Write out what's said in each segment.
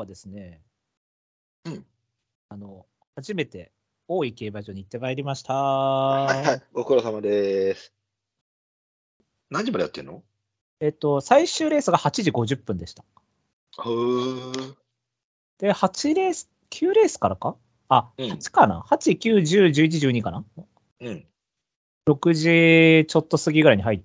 はですね、 うん。 初めて大井競馬場に行ってまいりました。 はいはい。ご苦労様です。何時までやってんの？ 最終レースが8時50分でした。で、8レース、9レースからか8かな ?8、9、10、11、12かなうん。 6時ちょっと過ぎぐらいに入って、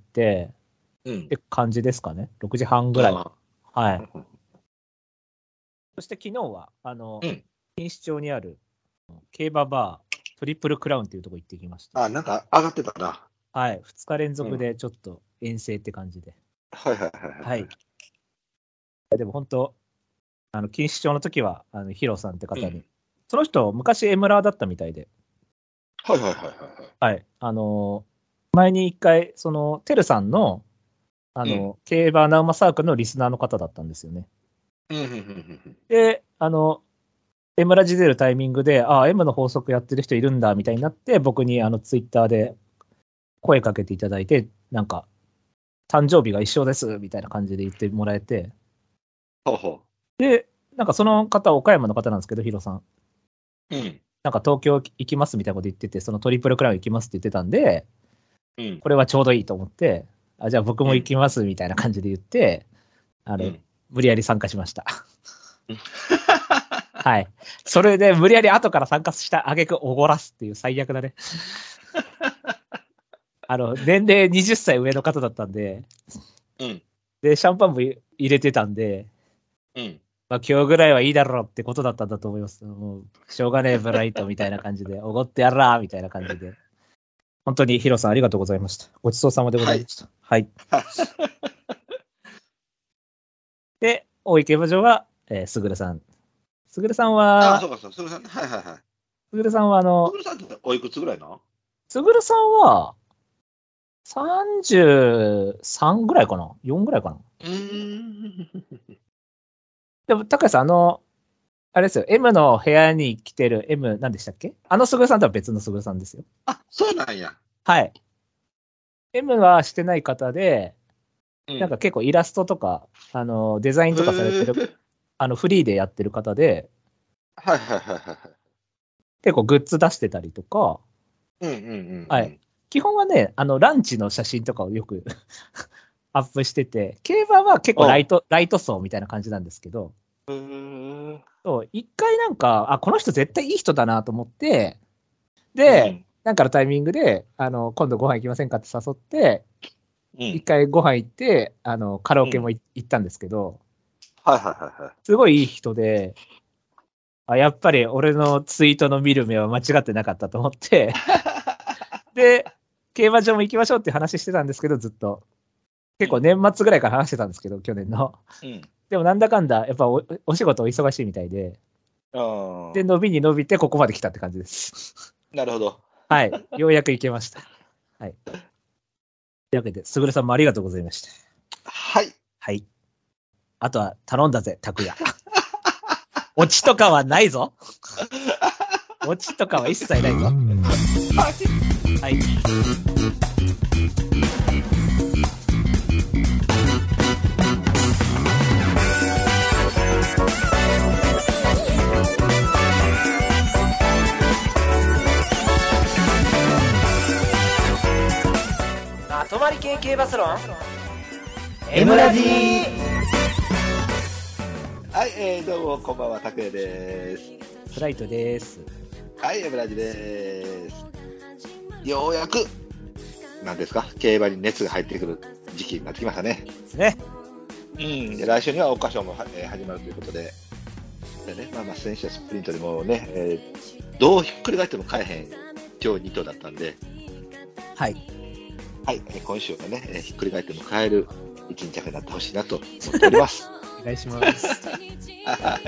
って感じですかね。6時半ぐらい。はい。そして昨日は、錦糸町にある競馬バー、トリプルクラウンっていうところ行ってきました。 なんか上がってたな。 はい。2日連続でちょっと遠征って感じで。 はいはいはいはい。でも本当、錦糸町の時は、ヒロさんって方に、その人、昔エムラーだったみたいで。 はいはいはいはい。 はい。前に一回、テルさんの、競馬アナウマサークルのリスナーの方だったんですよね。で、エムラジ出るタイミングで、M の法則やってる人いるんだ、みたいになって、僕にツイッターで声かけていただいて、なんか、誕生日が一緒です、みたいな感じで言ってもらえて。で、なんかその方、岡山の方なんですけど、ヒロさん。なんか東京行きますみたいなこと言ってて、そのトリプルクラウン行きますって言ってたんで、これはちょうどいいと思って、じゃあ僕も行きますみたいな感じで言って、無理やり参加しました。はい。それで無理やり後から参加した挙句おごらすっていう最悪だね。年齢20歳上の方だったんで、で、シャンパンも入れてたんで、まあ今日ぐらいはいいだろうってことだったんだと思います。もう、しょうがねえブライトみたいな感じで、おごってやらーみたいな感じで。本当にヒロさんありがとうございました。ごちそうさまでございました。はい。で、大井競馬場は、すぐるさん。すぐるさんは、 そうかそう、すぐるさん。はいはいはい。 すぐるさんはすぐるさんっておいくつぐらいな？ すぐるさんは、33ぐらいかな ?4 ぐらいかな。でも、高橋さん、あれですよ、M の部屋に来てる M、何でしたっけ？すぐるさんとは別のすぐるさんですよ。 そうなんや。 はい。M はしてない方で、なんか結構イラストとか、デザインとかされてる、フリーでやってる方で、 はいはいはいはい。 結構グッズ出してたりとか、はい。基本はね、ランチの写真とかをよくアップしてて、競馬は結構ライト層みたいな感じなんですけど、そう、一回なんか、この人絶対いい人だなと思って、で、なんかのタイミングで、今度ご飯行きませんかって誘って、一回ご飯行って、カラオケも行ったんですけど、すごいいい人で、やっぱり俺のツイートの見る目は間違ってなかったと思って、で、競馬場も行きましょうって話してたんですけど、ずっと。結構年末ぐらいから話してたんですけど、去年の。でもなんだかんだ、やっぱ お仕事お忙しいみたいで、で、伸びに伸びてここまで来たって感じです。 なるほど。 はい。ようやく行けました。はい。というわけで、すぐるさんもありがとうございました。 はい。 はい。あとは頼んだぜ、拓也。オチとかはないぞ。オチとかは一切ないぞ。はい。 まとまり系系バスロン M ラジー。 はい、どうもこんばんは、拓也です。 フライトです。 はい、Mラジです。ようやく、なんですか、競馬に熱が入ってくる時期になってきましたね。 ね。 で来週には桜花賞も、始まるということで、ね、選手はスプリントでもね、どうひっくり返っても買えへん今日2頭だったんで、 はい。 はい、今週はね、ひっくり返っても買える一日になってほしいなと思っております。 お願いします。 はい。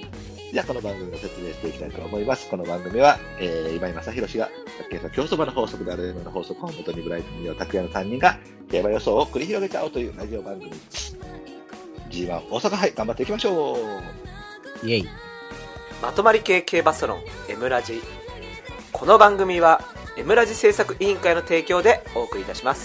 じゃあこの番組を説明していきたいと思います。この番組は、今井正弘が競走馬の法則である M の法則を元にブライトに拓也の3人が競馬予想を繰り広げちゃおうというラジオ番組です。G1 大阪杯頑張っていきましょう。 イエイ。 まとまり系系バスロン M ラジ。この番組は M ラジ制作委員会の提供でお送りいたします。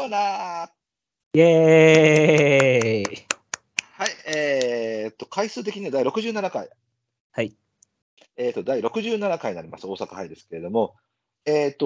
ーナー。 イエーイ。 はい、回数的には第67回。 はい。 第67回になります、大阪杯ですけれども、例え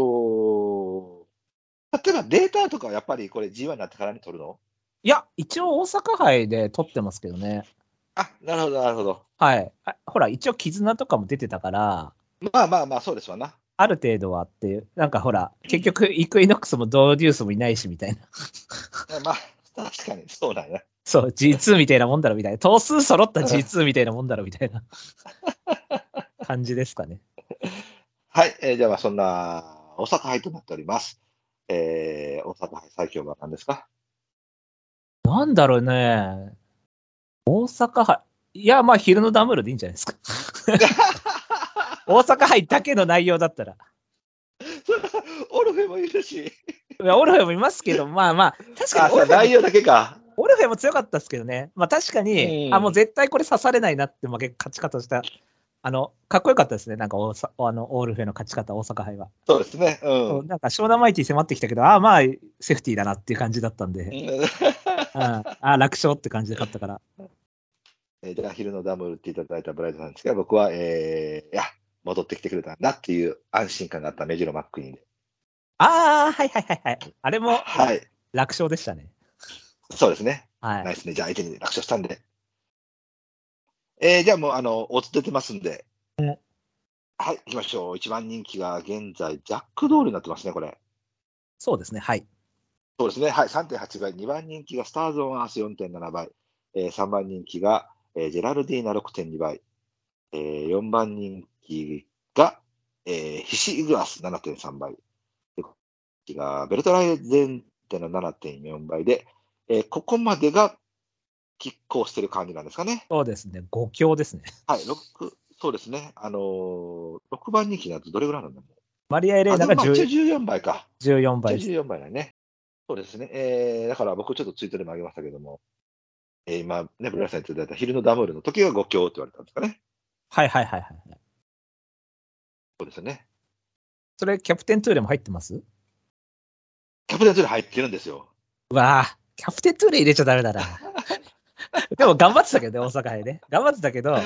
ばデータとかはやっぱりこれ G1 になってからに取るの？ いや、一応大阪杯で取ってますけどね。 あ、なるほど、なるほど。 はい。ほら、一応絆とかも出てたから、 まあまあまあ、そうですわな。 ある程度はあって、なんかほら、結局、イクイノックスもドーデュースもいないし、みたいな。 まあ、確かにそうだね。 そう、G2 みたいなもんだろ、みたいな。頭数揃った G2 みたいなもんだろ、みたいな感じですかね。 はい、じゃあまあそんな大阪杯となっております。大阪杯最強は何ですか？ なんだろうね。大阪杯。いや、まあ、昼のダブルでいいんじゃないですか。大阪杯だけの内容だったら。 オルフェもいるし。 いや、オルフェもいますけど、まあまあ、確かに内容だけか。 オルフェも強かったですけどね。まあ確かに、もう絶対これ刺されないなって勝ち方した。かっこよかったですね。なんかオールフェの勝ち方、大阪杯は。 そうですね。 なんか、湘南マイティ迫ってきたけど、まあ、セーフティーだなっていう感じだったんで。楽勝って感じで勝ったから。 じゃあ、昼のダブルっていただいたブライトさんですが、僕は、いや、戻ってきてくれたんだっていう安心感があったメジロマックイーンで。 はいはいはいはい。あれも、 はい。 楽勝でしたね。 そうですね。 はい。 ナイスね。じゃあ、相手に楽勝したんで。じゃあもう、オッズ出てますんで。はい、行きましょう。1番人気が現在、ジャックドールになってますね、これ。 そうですね、はい。 そうですね、はい、3.8 倍。2番人気がスターズ・オン・アース 4.7 倍。3番人気が、ジェラルディーナ 6.2 倍。4番人気が、ヒシ・イグアス 7.3 倍。がベルトライゼンテの 7.4 倍で、ここまでが拮抗してる感じなんですかね。 そうですね、5強ですね。 はい、そうですね。6番人気だとどれぐらいなんだろう。 マリア・エレーナが 14倍か。 14倍。 14倍だね。そうですね。だから僕ちょっとツイートでもあげましたけども、今ね、ブラさんにいただいた昼のダブルの時が5強って言われたんですかね。 はいはいはいはい。 そうですね。 それ、キャプテントゥーレも入ってます？ キャプテントゥーレ入ってるんですよ。 うわぁ、キャプテントゥーレ入れちゃダメだな。でも頑張ってたけどね、大阪杯ね。頑張ってたけど、はい、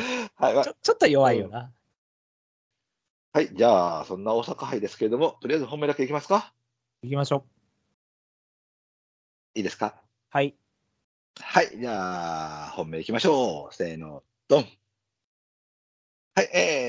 ちょっと弱いよな。 はい、じゃあ、そんな大阪杯ですけれども、とりあえず本命だけいきますか？ いきましょう。 いいですか？ はい。 はい、じゃあ、本命いきましょう。せーの、ドン。はい、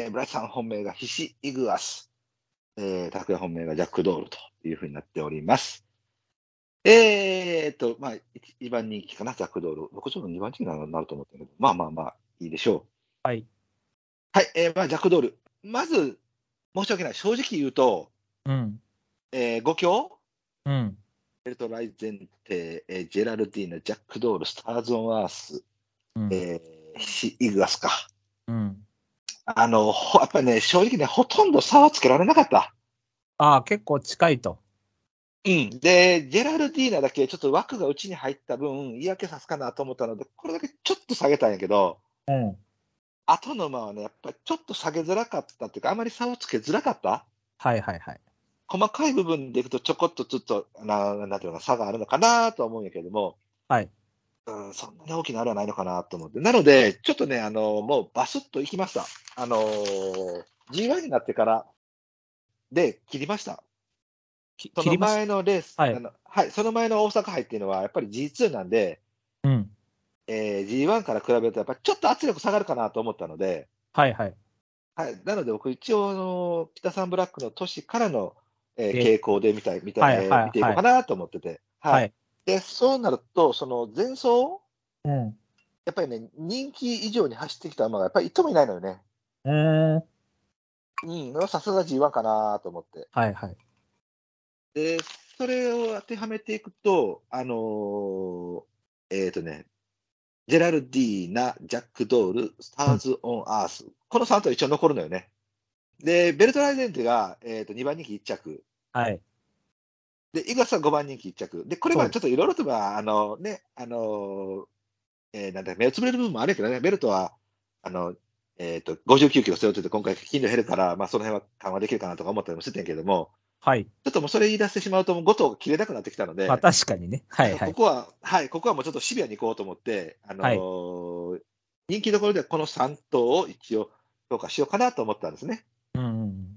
ブライトさん本命がヒシ・イグアス。拓也本命がジャック・ドールというふうになっております。まあ、1番人気かな、ジャック・ドール。僕ちょっと2番人気になると思ってるけど、まあ、いいでしょう。はい。 はい、まあ、ジャック・ドール。まず、申し訳ない。正直言うと、5強ベルトライゼンテ、ジェラルディーナ、ジャック・ドール、スターズ・オン・アース、ヒシ・イグアスか。やっぱりね、正直ね、ほとんど差はつけられなかった。 結構近いと。 で、ジェラルディーナだけちょっと枠が内に入った分、嫌気さすかなと思ったので、これだけちょっと下げたんやけど、後の馬はね、やっぱりちょっと下げづらかったっていうか、あまり差をつけづらかった。 はいはいはい。 細かい部分でいくと、ちょこっとちょっと、なんていうのか、差があるのかなと思うんやけども、 はい。 そんなに大きなあれはないのかなと思って。なので、ちょっとね、もうバスッといきました。G1 になってからで切りました。その前のレース、その前の大阪杯っていうのは、やっぱり G2 なんで、G1 から比べると、やっぱりちょっと圧力下がるかなと思ったので、 はいはい。 はい、なので僕、一応、北サンブラックの都市からの、傾向で見ていこうかなと思ってて、でそうなると、その前走、やっぱりね、人気以上に走ってきた馬がやっぱり一頭もいないのよね。さすが G1 かなと思って。 はいはい。 で、それを当てはめていくと、ジェラルディーナ、ジャック・ドール、スターズ・オン・アース。この3頭一応残るのよね。で、ベルトライゼンテが、2番人気1着。 はい。 で、イグアスは5番人気1着。で、これはちょっといろいろとは、目をつぶれる部分もあるけどね、ベルトは、59キロ背負ってて、今回筋量減るから、まあ、その辺は緩和できるかなとか思ったりもしてたんやけども、 はい。ちょっともうそれ言い出してしまうと、もう5頭が切れなくなってきたので、 まあ確かにね。はいはい。 ここはもうちょっとシビアに行こうと思って、人気どころではこの3頭を一応評価しようかなと思ったんですね。 うん。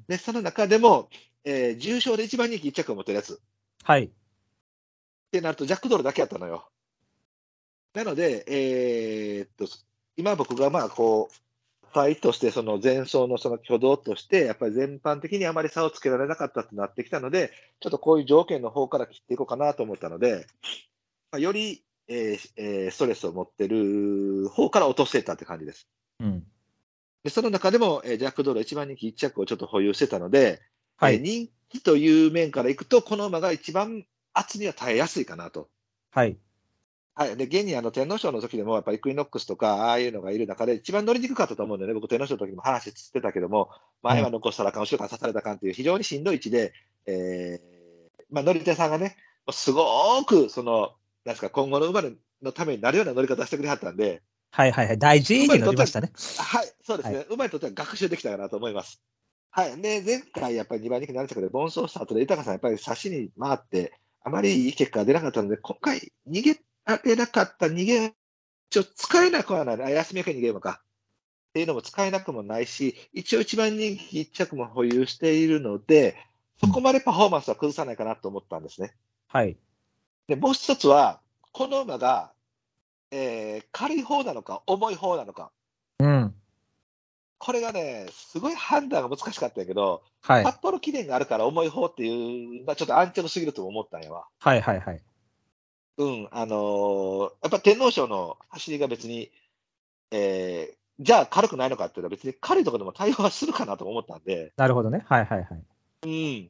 で、その中でも、重賞で一番人気1着を持ってるやつ。 はい。 ってなると、ジャックドールだけやったのよ。なので、今僕がまあこう、ファイとしてその前走のその挙動として、やっぱり全般的にあまり差をつけられなかったとなってきたので、ちょっとこういう条件の方から切っていこうかなと思ったので、まあ、より、ストレスを持ってる方から落としていったって感じです。 うん、 でその中でも、ジャックドール1番人気1着をちょっと保有してたので、 はい、 人気という面からいくと、この馬が一番圧には耐えやすいかなと。 はい。 はい、で現に天皇賞の時でも、やっぱりイクイノックスとか、ああいうのがいる中で、一番乗りにくかったと思うんだよね、僕、天皇賞の時も話してたけども、前は残したらあかん、後ろから刺されたらあかんっていう、非常にしんどい位置で、乗り手さんがね、すごくなんですか、今後の馬のためになるような乗り方してくれはったんで、 はいはいはい、大事に乗りましたね。 はい、そうですね、馬にとっては学習できたかなと思います。はい、で前回、やっぱり2番人気になりましたけど、盆走した後で、豊さん、やっぱり差しに回って、あまりいい結果が出なかったので、今回、逃げられなかった逃げ、使えなくはない、休み明け逃げ馬か。っていうのも使えなくもないし、一応1番人気1着も保有しているので、そこまでパフォーマンスは崩さないかなと思ったんですね。 はい。 で、もう一つは、この馬が、軽い方なのか、重い方なのか。 うん。 これがね、すごい判断が難しかったんやけど、 はい。 札幌記念があるから重い方っていう、まあ、ちょっとアンチョロすぎると思ったんやわ。 はいはいはい。 うん、やっぱ天皇賞の走りが別に、じゃあ軽くないのかっていうのは別に軽いところでも対応はするかなと思ったんで、 なるほどね。はいはいはい。 うん。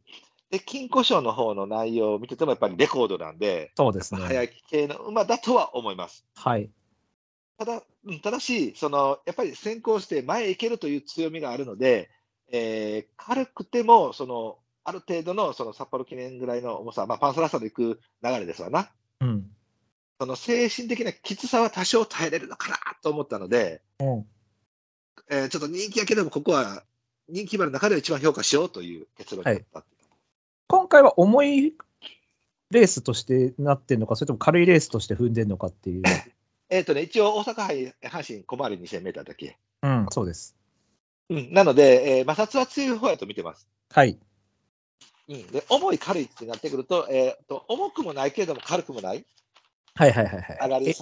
で、金庫賞の方の内容を見ててもやっぱりレコードなんで、やっぱそうですね。 速い系の馬だとは思います。 はい。 ただし、やっぱり先行して前へ行けるという強みがあるので、軽くても、ある程度の札幌記念ぐらいの重さ、まあ、パンサラッサで行く流れですわな。 うん。 精神的なきつさは多少耐えれるのかなと思ったので、 うん。 ちょっと人気やけども、ここは人気馬の中では一番評価しようという結論になった、はい。 今回は重いレースとしてなってるのか、それとも軽いレースとして踏んでるのかっていう。 一応、大阪杯、阪神小回り2000メーターだけ。 うん、そうです。 うん、なので、摩擦は強い方やと見てます。 はい。 うん、で重い、軽いってなってくると、重くもないけれども軽くもない。 はいはいはいはい。 上がり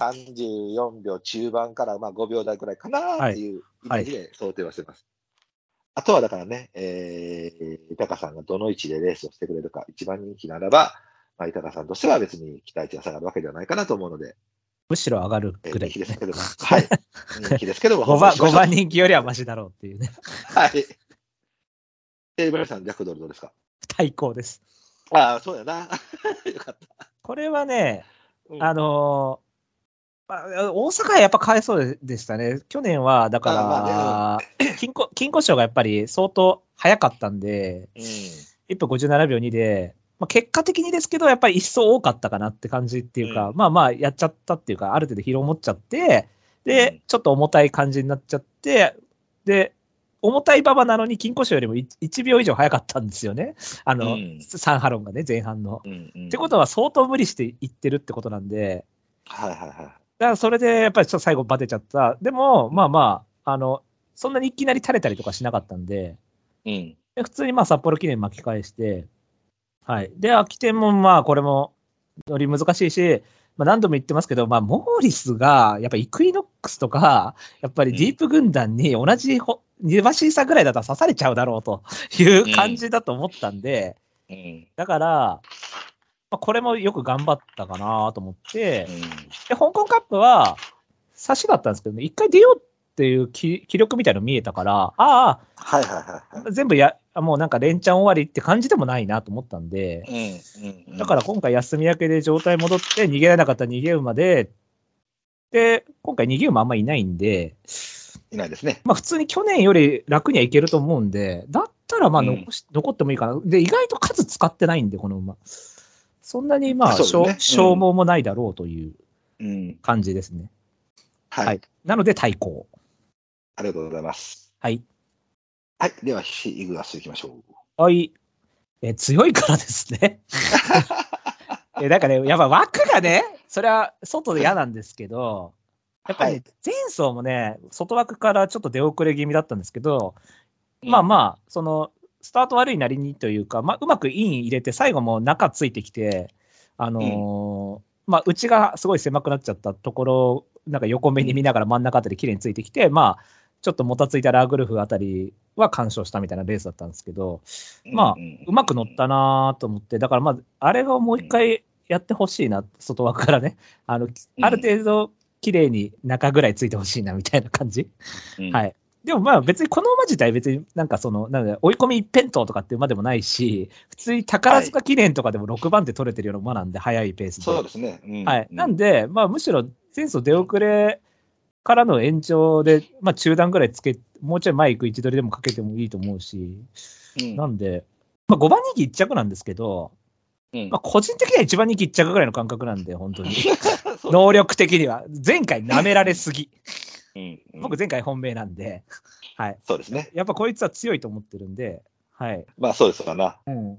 34秒中盤からまあ5秒台くらいかなっていうイメージで想定はしてます。あとはだからね、豊さんがどの位置でレースをしてくれるか、一番人気ならば、まあ、豊さんとしては別に期待値が下がるわけではないかなと思うので、 むしろ上がるぐらい、 人気ですけども、はい。人気ですけども、 5番人気よりはマシだろうっていうね。 はい。村井さん、ジャックドールどうですか？ 最高です。 ああ、そうだな。よかった。 これはね、大阪はやっぱかわいそうでしたね。去年は、だから、金庫賞がやっぱり相当早かったんで、1分57秒2で、まあ、結果的にですけど、やっぱり一層多かったかなって感じっていうか、まあまあやっちゃったっていうか、ある程度疲労持っちゃって、で、ちょっと重たい感じになっちゃって、で、重たい馬場なのに金庫賞よりも 1秒以上早かったんですよね。サンハロンがね、前半の。ってことは相当無理していってるってことなんで、 はいはいはい。 だからそれでやっぱりちょっと最後バテちゃった。でも、まあまあ、そんなにいきなり垂れたりとかしなかったんで、で普通にまあ札幌記念巻き返して、はい。で、秋天もまあこれもより難しいし、まあ何度も言ってますけど、まあモーリスが、やっぱイクイノックスとか、やっぱりディープ軍団に同じ2馬身差ぐらいだったら刺されちゃうだろうという感じだと思ったんで、だから、まあ、これもよく頑張ったかなと思って、で、香港カップは、差しだったんですけどね、一回出ようっていう気力みたいなの見えたから、全部もうなんか連チャン終わりって感じでもないなと思ったんで、だから今回休み明けで状態戻って逃げられなかった逃げ馬で、で、今回逃げ馬あんまいないんで、 いないですね。 まあ普通に去年より楽にはいけると思うんで、だったらまあ残ってもいいかな。で、意外と数使ってないんで、この馬。そんなにまあ、消耗もないだろうという感じですね。はい。なので、対抗。 ありがとうございます。 はい。 はい。では、イグアス行きましょう。 はい。 強いからですね。なんかね、やっぱ枠がね、それは外で嫌なんですけど、やっぱりね、前走もね、外枠からちょっと出遅れ気味だったんですけど、まあまあ、その、スタート悪いなりにというか、まあ、うまくイン入れて、最後も中ついてきて、まあ、内がすごい狭くなっちゃったところ、なんか横目に見ながら真ん中あたり綺麗についてきて、まあ、ちょっともたついたラーグルフあたりは完勝したみたいなレースだったんですけど、まあ、うまく乗ったなと思って、だからまあ、あれをもう一回やってほしいな、外枠からね。ある程度、綺麗に中ぐらいついてほしいな、みたいな感じ。はい。でもまあ別にこの馬自体別になんかその、なんか追い込み一辺倒とかっていう馬でもないし、普通に宝塚記念とかでも6番手取れてるような馬なんで、速いペースで。 そうですね。 はい。なんで、まあむしろ前走出遅れからの延長で、まあ中段ぐらいもうちょい前行く位置取りでもかけてもいいと思うし、なんで、まあ5番人気1着なんですけど、まあ個人的には1番人気1着ぐらいの感覚なんで、本当に。能力的には。前回舐められすぎ。僕前回本命なんで、はい。 そうですね。 やっぱこいつは強いと思ってるんで、はい。 まあそうですかな。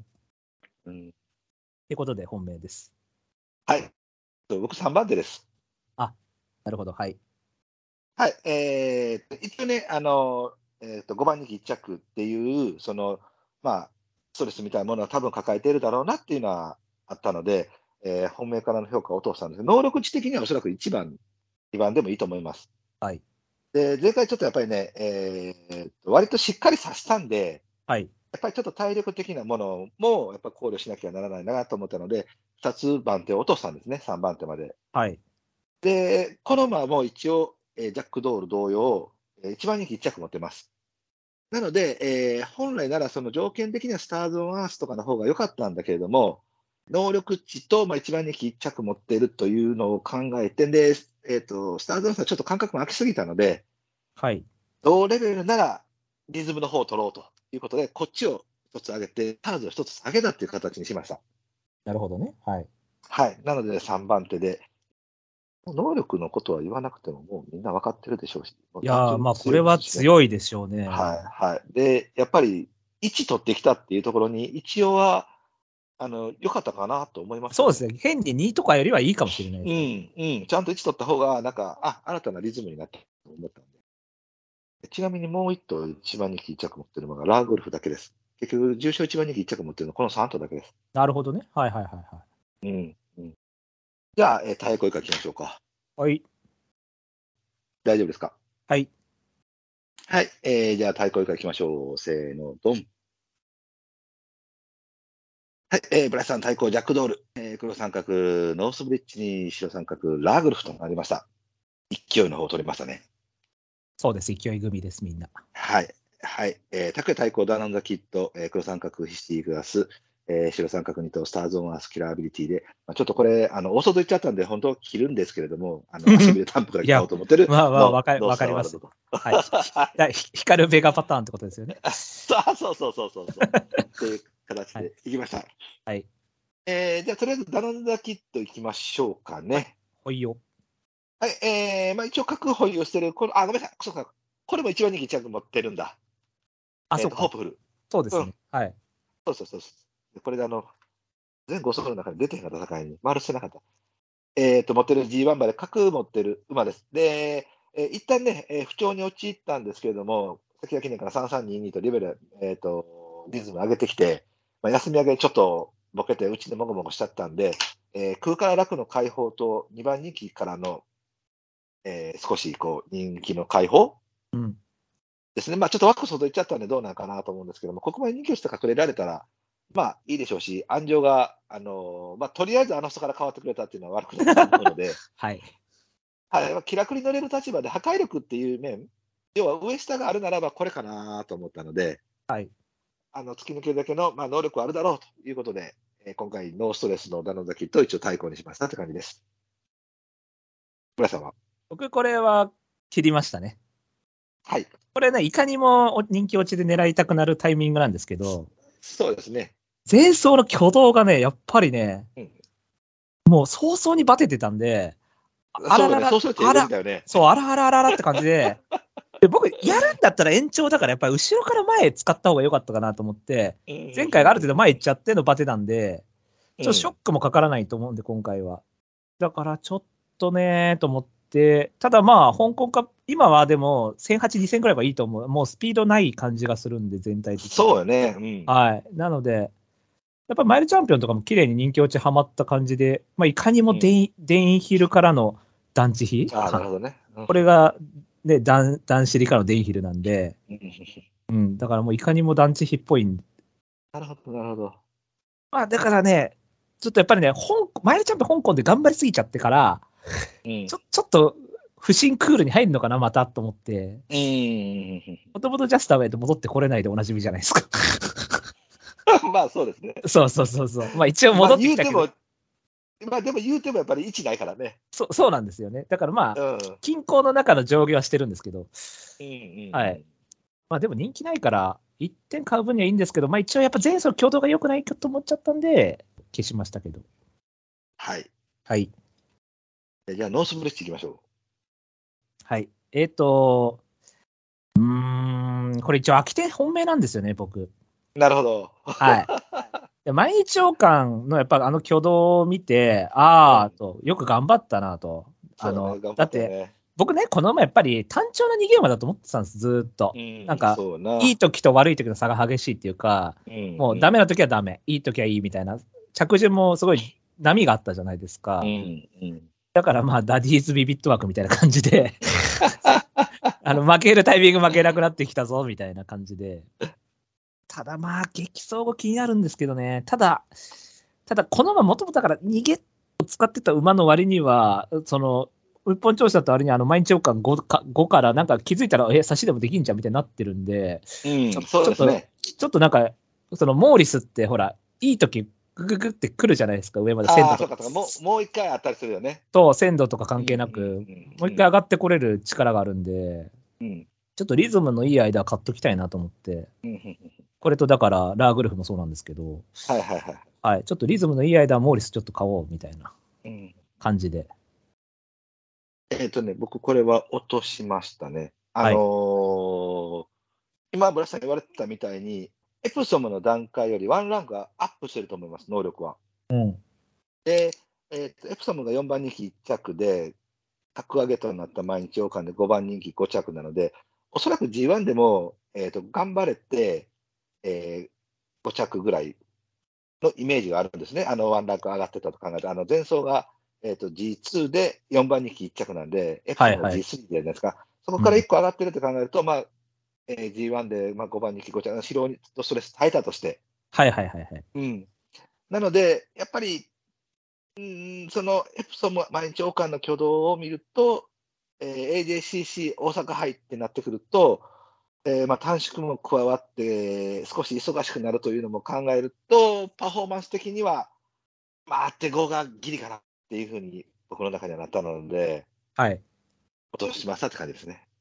ってことで本命です。 はい。僕3番手です。 あ、なるほど、はい。 はい。一応ね、5番人気1着っていう、その、まあ、ストレスみたいなものは多分抱えているだろうなっていうのはあったので、本命からの評価を落としたんですけど、能力値的にはおそらく1番、2番でもいいと思います。 はい。 で、前回ちょっとやっぱりね、割としっかりさせたんで、 はい。 やっぱりちょっと体力的なものもやっぱ考慮しなきゃならないなと思ったので、2つ番手を落としたんですね、3番手まで。 はい。 で、この馬も一応、ジャックドール同様、1番人気1着持ってます。なので、本来ならその条件的にはスターズ・オン・アースとかの方が良かったんだけれども、能力値と、1番人気1着持っているというのを考えて、で、スターズ・オン・アースはちょっと間隔も空きすぎたので、 はい。 同レベルならリズムの方を取ろうということで、こっちを一つ上げて、スターズを一つ下げたっていう形にしました。 なるほどね。はい。 はい。なので3番手で、能力のことは言わなくても、もうみんな分かってるでしょうし。 いやー、まあ、これは強いでしょうね。 はい、はい。で、やっぱり、1取ってきたっていうところに、一応は、良かったかなと思います、ね。 そうですね。変に2とかよりはいいかもしれないです。ちゃんと1取った方が、なんか、新たなリズムになったと思ったんで。ちなみにもう1頭、1番人気1着持ってるのが、ラーゴルフだけです。結局、重賞1番人気1着持ってるのは、この3頭だけです。 なるほどね。はいはいはいはい。 じゃあ、太鼓以下いきましょうか。 はい。 大丈夫ですか？ はい。 はい。じゃあ、太鼓以下いきましょう。せーの、ドン。はい。ブライさん、太鼓、ジャックドール。黒三角、ノースブリッジに白三角、ラーグルフとなりました。勢いの方を取りましたね。 そうです。勢い組です、みんな。 はい。はい。拓也太鼓、ダーナンザキッド、黒三角、ヒシティグラス。白三角2とスターズ・オン・アースキラーアビリティで、ちょっとこれ、大外行っちゃったんで、本当切るんですけれども、足でタンプから買おうと思ってる。 まあ、わかります。はい。光るベガパターンってことですよね。 そうっていう形でいきました。 はい。 じゃあ、とりあえず、ダナンザキッドいきましょうかね。 ほいよ。 はい。一応、確保をしてる、ごめんなさい。そうか。これも一番人気1着持ってるんだ。 そうか。 ホープフル。 そうですね。はい。 そう。これで全5走の中に出てへんかった戦いに丸してなかった。持ってる G1 馬で角持ってる馬です。で、一旦ね、不調に陥ったんですけれども、先が記念から3322とリベル、リズム上げてきて、休み上げちょっとボケてうちでもごもごしちゃったんで、空から楽の解放と2番人気からの、少しこう人気の解放、ですね。ちょっと枠外行っちゃったんでどうなんかなと思うんですけども、ここまで人気をして隠れられたら、いいでしょうし、安城が、とりあえず人から変わってくれたっていうのは悪くないと思うので、 はい。 はい、気楽に乗れる立場で破壊力っていう面、要は上下があるならばこれかなと思ったので、 はい。 突き抜けるだけの、能力はあるだろうということで、今回ノーストレスのダノンザキッドを一応対抗にしましたって感じです。村さんは？ 僕これは切りましたね。 はい。これね、いかにも人気落ちで狙いたくなるタイミングなんですけど、 そうですね。 前走の挙動がね、やっぱりね、もう早々にバテてたんで、 あららら、そう、あらあらあらって感じで、 で僕、やるんだったら延長だから、やっぱり後ろから前使った方が良かったかなと思って、前回がある程度前行っちゃってのバテなんで、ちょっとショックもかからないと思うんで、今回は。だからちょっとねと思って、ただまあ、香港カップ、今はでも1008、2000くらいはいいと思う。もうスピードない感じがするんで、全体的に。 そうよね。 はい。なので、やっぱマイルチャンピオンとかも綺麗に人気落ちはまった感じで、まあ、いかにもデインヒルからの団地比、 なるほどね。 これが、ね、男子リからのデインヒルなんで、だからもういかにも団地比っぽいんで。 なるほど、なるほど。 まあ、だからね、ちょっとやっぱりね、マイルチャンピオン香港で頑張りすぎちゃってから、ちょっと不審クールに入るのかな、またと思って。もともとジャスターウェイと戻ってこれないでおなじみじゃないですか。 まあそうですね。 そう。まあ一応戻ってきたけど。 まあでも言うてもやっぱり位置ないからね。 そうなんですよね。だからまあ、均衡の中の上下はしてるんですけど。はい。まあでも人気ないから、1点買う分にはいいんですけど、まあ一応やっぱ前走挙動が良くないと思っちゃったんで、消しましたけど。はい。 じゃあノースブリッジ行きましょう。 はい。これ一応空き店本命なんですよね、僕。 なるほど。 はい。毎日王冠のやっぱ挙動を見て、よく頑張ったなと。だって、僕ね、この馬やっぱり単調な逃げ馬だと思ってたんです、ずーっと。なんか、いい時と悪い時の差が激しいっていうか、もうダメな時はダメ、いい時はいいみたいな、着順もすごい波があったじゃないですか。だからまあ、ダディーズビビット枠みたいな感じで、負けるタイミング負けなくなってきたぞ、みたいな感じで。ただまあ、激走後気になるんですけどね。ただ、この馬もともとだから逃げを使ってた馬の割には、一本調子だった割に毎日王冠 5からなんか気づいたら、差しでもできんじゃんみたいになってるんで、 そうですね。 ちょっとなんか、モーリスってほら、いい時ググってくるじゃないですか、上まで鮮度とか。 もう一回あったりするよね。 そう、鮮度とか関係なく、もう一回上がってこれる力があるんで、ちょっとリズムのいい間買っときたいなと思って、これとだから、ラーグルフもそうなんですけど、はい、ちょっとリズムのいい間はモーリスちょっと買おうみたいな感じで。 僕これは落としましたね。今、ブラスさん言われてたみたいに、エプソムの段階よりワンランクがアップしてると思います、能力は。で、エプソムが4番人気1着で、格上げとなった毎日王冠で5番人気5着なので、おそらく G1 でも、頑張れて、5着ぐらいのイメージがあるんですね。ワンランク上がってたと考えて、前走が、G2 で4番人気1着なんで、エプソムが G3 じゃないですか。そこから1個上がってると考えると、まあ、G1 で、5番人気5着、白とストレス耐えたとして。なので、やっぱり、そのエプソム毎日王冠の挙動を見ると、AJCC 大阪杯ってなってくると、短縮も加わって少し忙しくなるというのも考えると、パフォーマンス的には、あって5がギリかなっていうふうに僕の中にはなったので、落としましたって感じですね。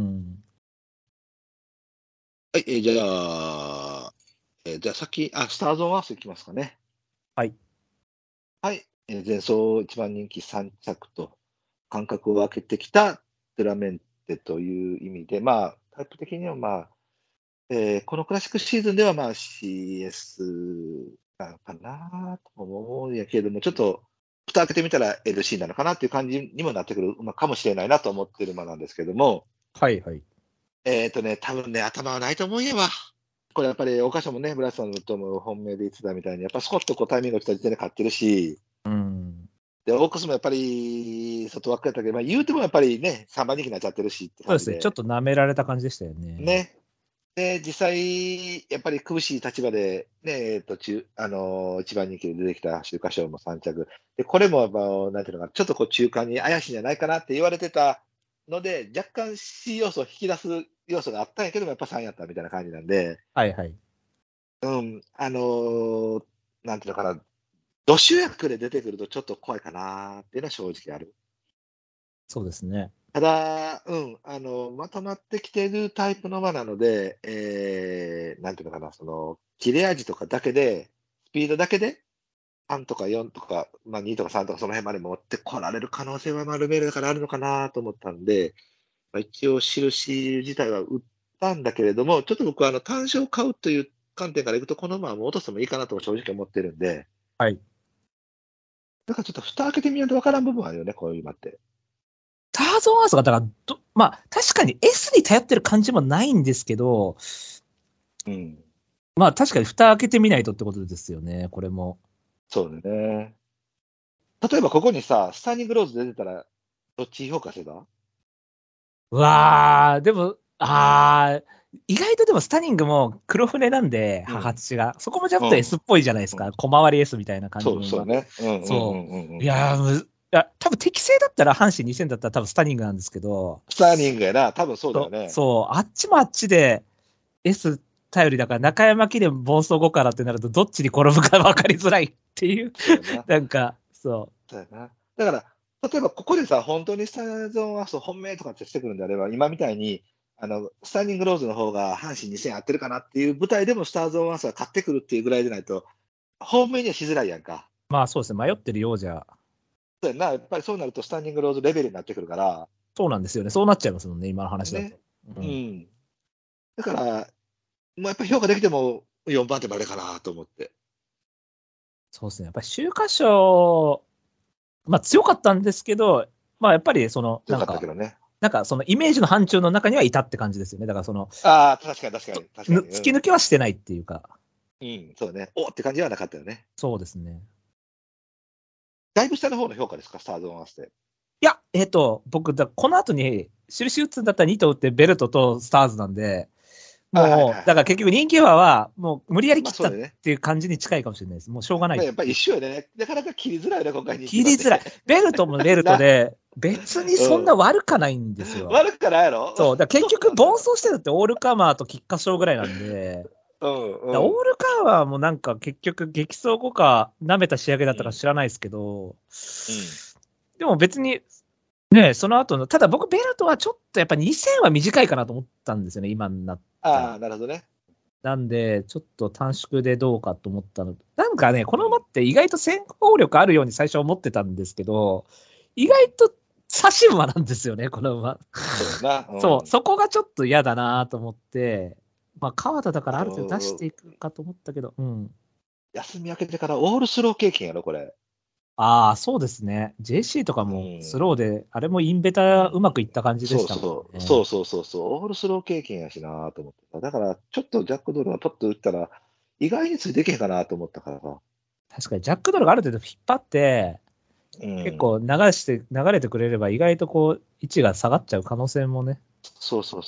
はい、じゃあ先、スターズオンワースいきますかね。はい、前走1番人気3着と間隔を空けてきたデラメンテという意味で、タイプ的にはこのクラシックシーズンではCS なのかなと思うんやけれども、ちょっと蓋開けてみたら LC なのかなっていう感じにもなってくるかもしれないなと思ってる馬なんですけども、多分ね、頭はないと思うんやわ。これやっぱり、お菓子もね、ブラスさんとも本命で言ってたみたいに、やっぱスコッとタイミングが来た時点で勝ってるし、で、オークスもやっぱり、外枠やったけど、言うてもやっぱりね、3番人気になっちゃってるしって感じで。 そうですね、ちょっと舐められた感じでしたよね。 で、実際、やっぱり苦しい立場で、ね、1番人気で出てきた秋華賞も3着。で、これも、なんていうのかな、ちょっと中間に怪しいんじゃないかなって言われてたので、若干 C 要素を引き出す要素があったんやけども、やっぱ3やったみたいな感じなんで、なんていうのかな、土主役で出てくるとちょっと怖いかなっていうのは正直ある。 そうですね。 ただ、まとまってきてるタイプの馬なので、なんていうのかな、切れ味とかだけで、スピードだけで、3とか4とか、2とか3とかその辺まで持ってこられる可能性はルメールだからあるのかなと思ったんで、 一応印自体は売ったんだけれども、ちょっと僕は単勝を買うという観点からいくと、この馬はもう落としてもいいかなと正直思ってるんで、 はい。 だからちょっと蓋開けてみないと分からん部分あるよね、こういう馬って。 ターゾンアースが、だからまあ、確かに S に頼ってる感じもないんですけど、 うん。 まあ、確かに蓋開けてみないとってことですよね、これも。 そうだね。例えばここにさ、スターニングローズ出てたら、どっち評価してた？ うわー、でも、意外とでもスタニングも黒船なんで、母父が。そこもちょっと S っぽいじゃないですか。小回り S みたいな感じの。 そうね。 そう。いや多分適正だったら阪神2000だったら多分スタニングなんですけど。 スターニングやな。多分そうだよね。 そう。あっちもあっちで S 頼りだから中山記念暴走後からってなるとどっちに転ぶか分かりづらいっていう。なんか、そう。 そうやな。だから、例えばここでさ、本当にスターゾンは本命とかってしてくるんであれば、今みたいに、スタンディングローズの方が阪神2000合ってるかなっていう舞台でもスターゾンワースが勝ってくるっていうぐらいでないと、本命にはしづらいやんか。 まあそうですね、迷ってるようじゃ。 そうやな、やっぱりそうなるとスタンディングローズレベルになってくるから。 そうなんですよね。そうなっちゃいますもんね、今の話だと。ね、 うん。だから、もうやっぱり評価できても4番手までかなと思って。 そうですね、やっぱり秋華賞、まあ強かったんですけど、まあやっぱりその、 強かったけどね。 なんかそのイメージの範疇の中にはいたって感じですよね。だからその、 確かに。 突き抜けはしてないっていうか。 そうね。おって感じはなかったよね。 そうですね。 だいぶ下の方の評価ですか、スターズオンワースで。 いや、僕、この後に、印打つんだったら2頭打ってベルトとスターズなんで、もう、だから結局人気馬は、もう無理やり切ったっていう感じに近いかもしれないです。もうしょうがない。 やっぱり一緒よね。なかなか切りづらいね、今回に。 切りづらい。ベルトもベルトで、別にそんな悪かないんですよ。 悪かないやろ？ そう。だ結局、暴走してるってオールカマーと菊花賞ぐらいなんで、オールカマーもなんか結局、激走後か舐めた仕上げだったか知らないですけど、でも別に、ね、その後の、ただ僕、ベルトはちょっとやっぱ2000は短いかなと思ったんですよね、今になって。 なるほどね。 なんで、ちょっと短縮でどうかと思ったの。なんかね、この馬って意外と先行力あるように最初思ってたんですけど、意外と差し馬なんですよね、この馬。そう、そこがちょっと嫌だなと思って、まあ、川田だからある程度出していくかと思ったけど、 休み明けてからオールスロー経験やろ、これ。 ああ、そうですね。JC とかもスローで、あれもインベタうまくいった感じでしたもんね。 そう。オールスロー経験やしなと思ってた。だから、ちょっとジャックドールがポッと打ったら、意外についていけへんかなと思ったからさ。 確かに、ジャックドールがある程度引っ張って、結構流れてくれれば、意外とこう、位置が下がっちゃう可能性もね。 そう。そ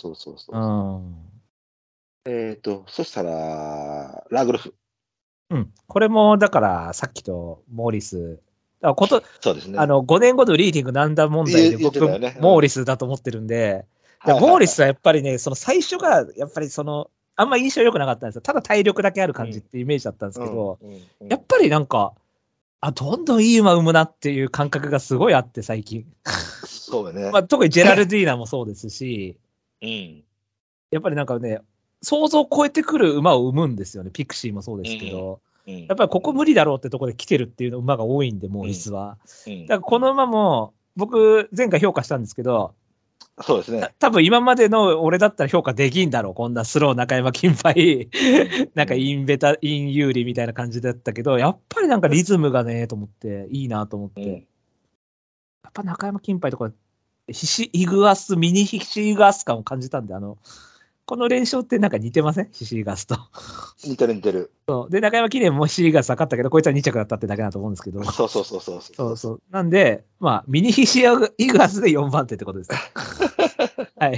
したら、ラグルフ。 これも、だから、さっきとモーリス、 そうですね。 5年後のリーディングなんだ問題で僕、モーリスだと思ってるんで、モーリスはやっぱりね、その最初が、やっぱりあんま印象良くなかったんですよ。ただ体力だけある感じってイメージだったんですけど、やっぱりなんか、どんどんいい馬生むなっていう感覚がすごいあって、最近。 そうね。 まあ、特にジェラルディーナもそうですし、やっぱりなんかね、想像を超えてくる馬を生むんですよね。ピクシーもそうですけど。やっぱりここ無理だろうってところで来てるっていう馬が多いんで、モーリスは。だからこの馬も、僕、前回評価したんですけど、 そうですね。 多分今までの俺だったら評価できんだろう。こんなスロー中山金杯、なんかイン有利みたいな感じだったけど、やっぱりなんかリズムがね、と思って、いいなと思って。やっぱ中山金杯とか、ミニヒシイグアス感を感じたんで、この連勝ってなんか似てません？ヒシイガスと。 似てる。 そう。で、中山記念もヒシイガス勝ったけど、こいつは2着だったってだけだと思うんですけど。そう。なんで、まあ、ミニヒシイガスで4番手ってことです。はい。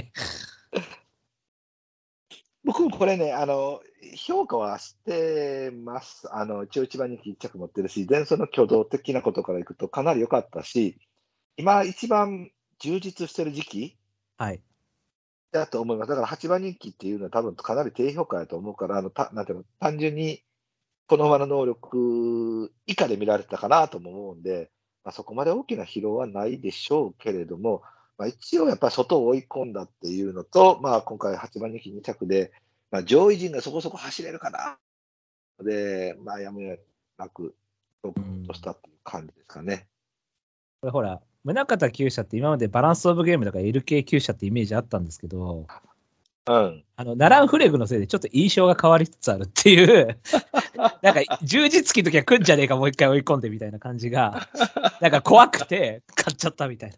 僕もこれね、評価はしてます。一応一番人気1着持ってるし、前走の挙動的なことからいくとかなり良かったし、今一番充実してる時期だと思います。だから8番人気っていうのは多分かなり低評価だと思うから、なんていうの、単純にこの馬の能力以下で見られたかなとも思うんで、そこまで大きな疲労はないでしょうけれども、一応やっぱり外を追い込んだっていうのと、今回8番人気2着で、上位陣がそこそこ走れるかな。で、やむやなく、トップとしたっていう感じですかね。 これほら、 宗像厩舎って今までバランスオブゲームだから LK 厩舎ってイメージあったんですけど、 うん。 ナランフレグのせいでちょっと印象が変わりつつあるっていう、なんか充実期の時は来んじゃねえかもう一回追い込んでみたいな感じが、なんか怖くて買っちゃったみたいな。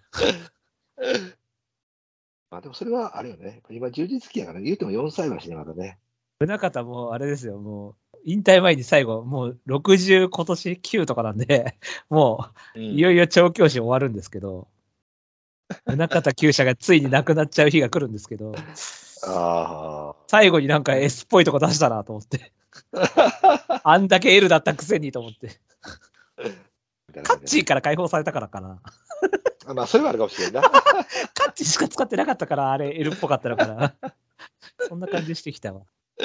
まあでもそれはあれよね。今充実期やから、ね、言うても4歳だしね、まだね。 宗像もあれですよ、もう、引退前に最後、もう60今年9とかなんで、もう、いよいよ調教師終わるんですけど、宗像厩舎がついになくなっちゃう日が来るんですけど、最後になんか S っぽいとこ出したなと思って。あんだけ L だったくせにと思って。カッチーから解放されたからかな。 まあ、それはあるかもしれんな。 カッチーしか使ってなかったから、あれ L っぽかったのかな。そんな感じしてきたわ。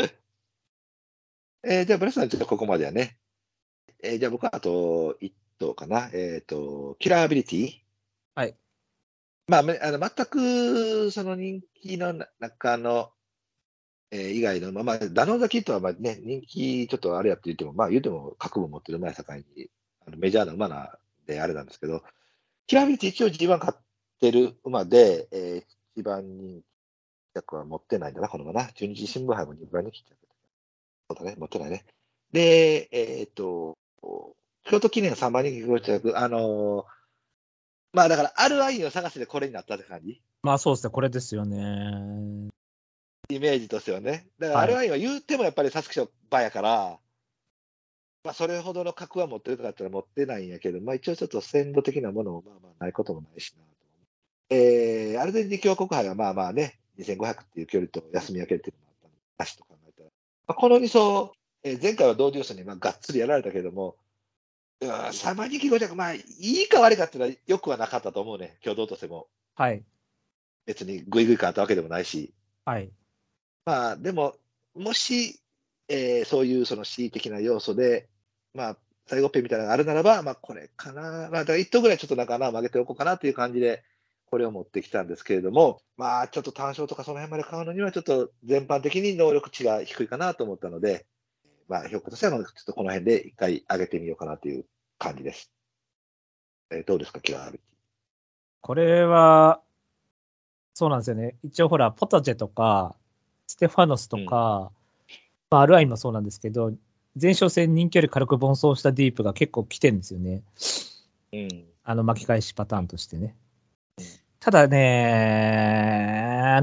じゃあ、ブラスさん、ちょっとここまではね。じゃあ、僕はあと1頭かな。キラーアビリティ。 はい。 まあ、全く、その人気の中の、以外の、まあ、ダノーザキットは、まあね、人気ちょっとあれやって言っても、まあ、言うても、覚悟持ってる前境に、メジャーな馬なんであれなんですけど、キラーアビリティ一応 G1 勝ってる馬で、一番人気役は持ってないんだな、この馬な。中日新聞杯も2番人気ってそうだね、持ってないね。で、京都記念3番人気5着、まあだから、あるアインを探してこれになったって感じ。 まあそうですね、これですよね。 イメージとしてはね。だから、あるアインは言うてもやっぱり皐月賞馬やから、まあそれほどの格は持ってるとかだったら持ってないんやけど、まあ一応ちょっと鮮度的なものもまあまあないこともないしな。アルゼンチン共和国杯はまあまあね、2500っていう距離と休み分けっていうのもあったのなしと考えたら、まあ、この2走、前回は同デュースにまあがっつりやられたけども、3番人気5着、まあ、いいか悪いかっていうのはよくはなかったと思うね、挙動としても。 はい。 別にグイグイ変わったわけでもないし。 はい。 まあ、でも、もし、そういうその恣意的な要素で、まあ、最後ペンみたいなのがあるならば、まあ、これかな。まあ、だから1頭ぐらいちょっとなんか穴を曲げておこうかなという感じで、これを持ってきたんですけれども、まあ、ちょっと単勝とかその辺まで買うのには、ちょっと全般的に能力値が低いかなと思ったので、まあ、評価としては、ちょっとこの辺で一回上げてみようかなという感じです。どうですか、キラーアビリティ。 これは、そうなんですよね。一応ほら、ポタジェとか、ステファノスとか、まあ、アルアインもそうなんですけど、前哨戦人気より軽く奔走したディープが結構来てるんですよね。巻き返しパターンとしてね。ただね、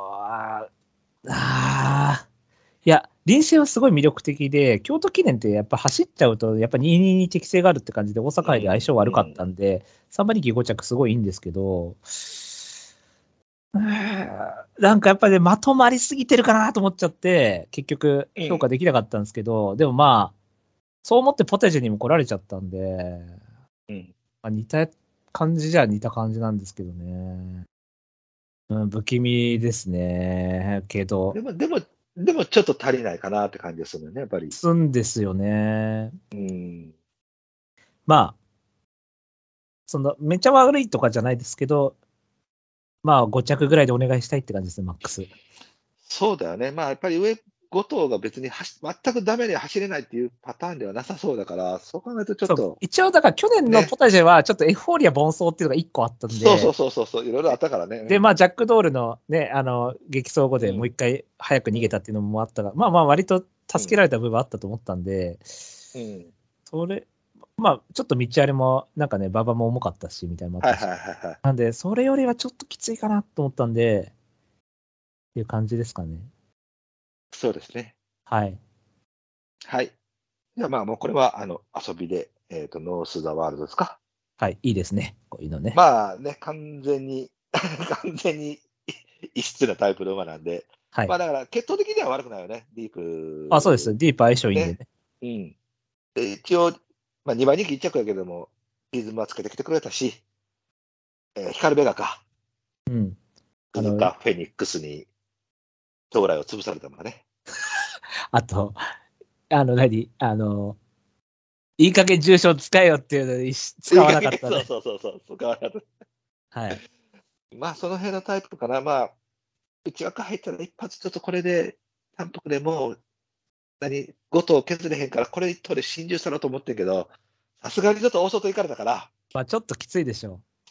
いや、臨戦はすごい魅力的で、京都記念ってやっぱ走っちゃうと、やっぱ222に適性があるって感じで、大阪杯で相性悪かったんで、3馬力5着すごいいいんですけど、なんかやっぱり、ね、まとまりすぎてるかなと思っちゃって、結局評価できなかったんですけど、でもまあ、そう思ってポテジェにも来られちゃったんで、まあ、似た感じじゃ似た感じなんですけどね。不気味ですね。けど。 でもちょっと足りないかなって感じですよね、やっぱり。 すんですよね。まあ、めっちゃ悪いとかじゃないですけど、まあ5着ぐらいでお願いしたいって感じですね、マックス。 そうだよね。まあやっぱり上5頭が別に全くダメで走れないっていうパターンではなさそうだから、そう考えるとちょっと。 一応だから去年のポタジェはちょっとエフフォーリア奔走っていうのが1個あったんで。 そう、いろいろあったからね。 で、まあジャックドールのね、激走後でもう一回早く逃げたっていうのもあったが、まあ割と助けられた部分あったと思ったんで、それ、まあちょっと道あれもなんかね、馬場も重かったし、みたいなのもあったし。なんで、それよりはちょっときついかなと思ったんで、っていう感じですかね。 そうですね。 はい。 はい。じゃあまあもうこれは遊びで、ノース・ザ・ワールドですか。 はい、いいですね。こういうのね。 まあね、完全に異質なタイプの馬なんで。はい。まあだから、血統的には悪くないよね、ディープ。 そうです。ディープ相性いいんでね。で一応、まあ2番人気1着やけども、リズムはつけてきてくれたし、ヒカルベガか。フェニックスに将来を潰された馬ね。 あと、いい加減重賞使えよっていうのに使わなかったね。 そう、使わなかった。 はい。 まあ、その辺のタイプかな。まあ、内枠入ったら一発ちょっとこれで、単独でもう、5頭削れへんから、これ一頭で心中したろうと思ってんけど、さすがにちょっと大外行かれたから。 まあ、ちょっときついでしょ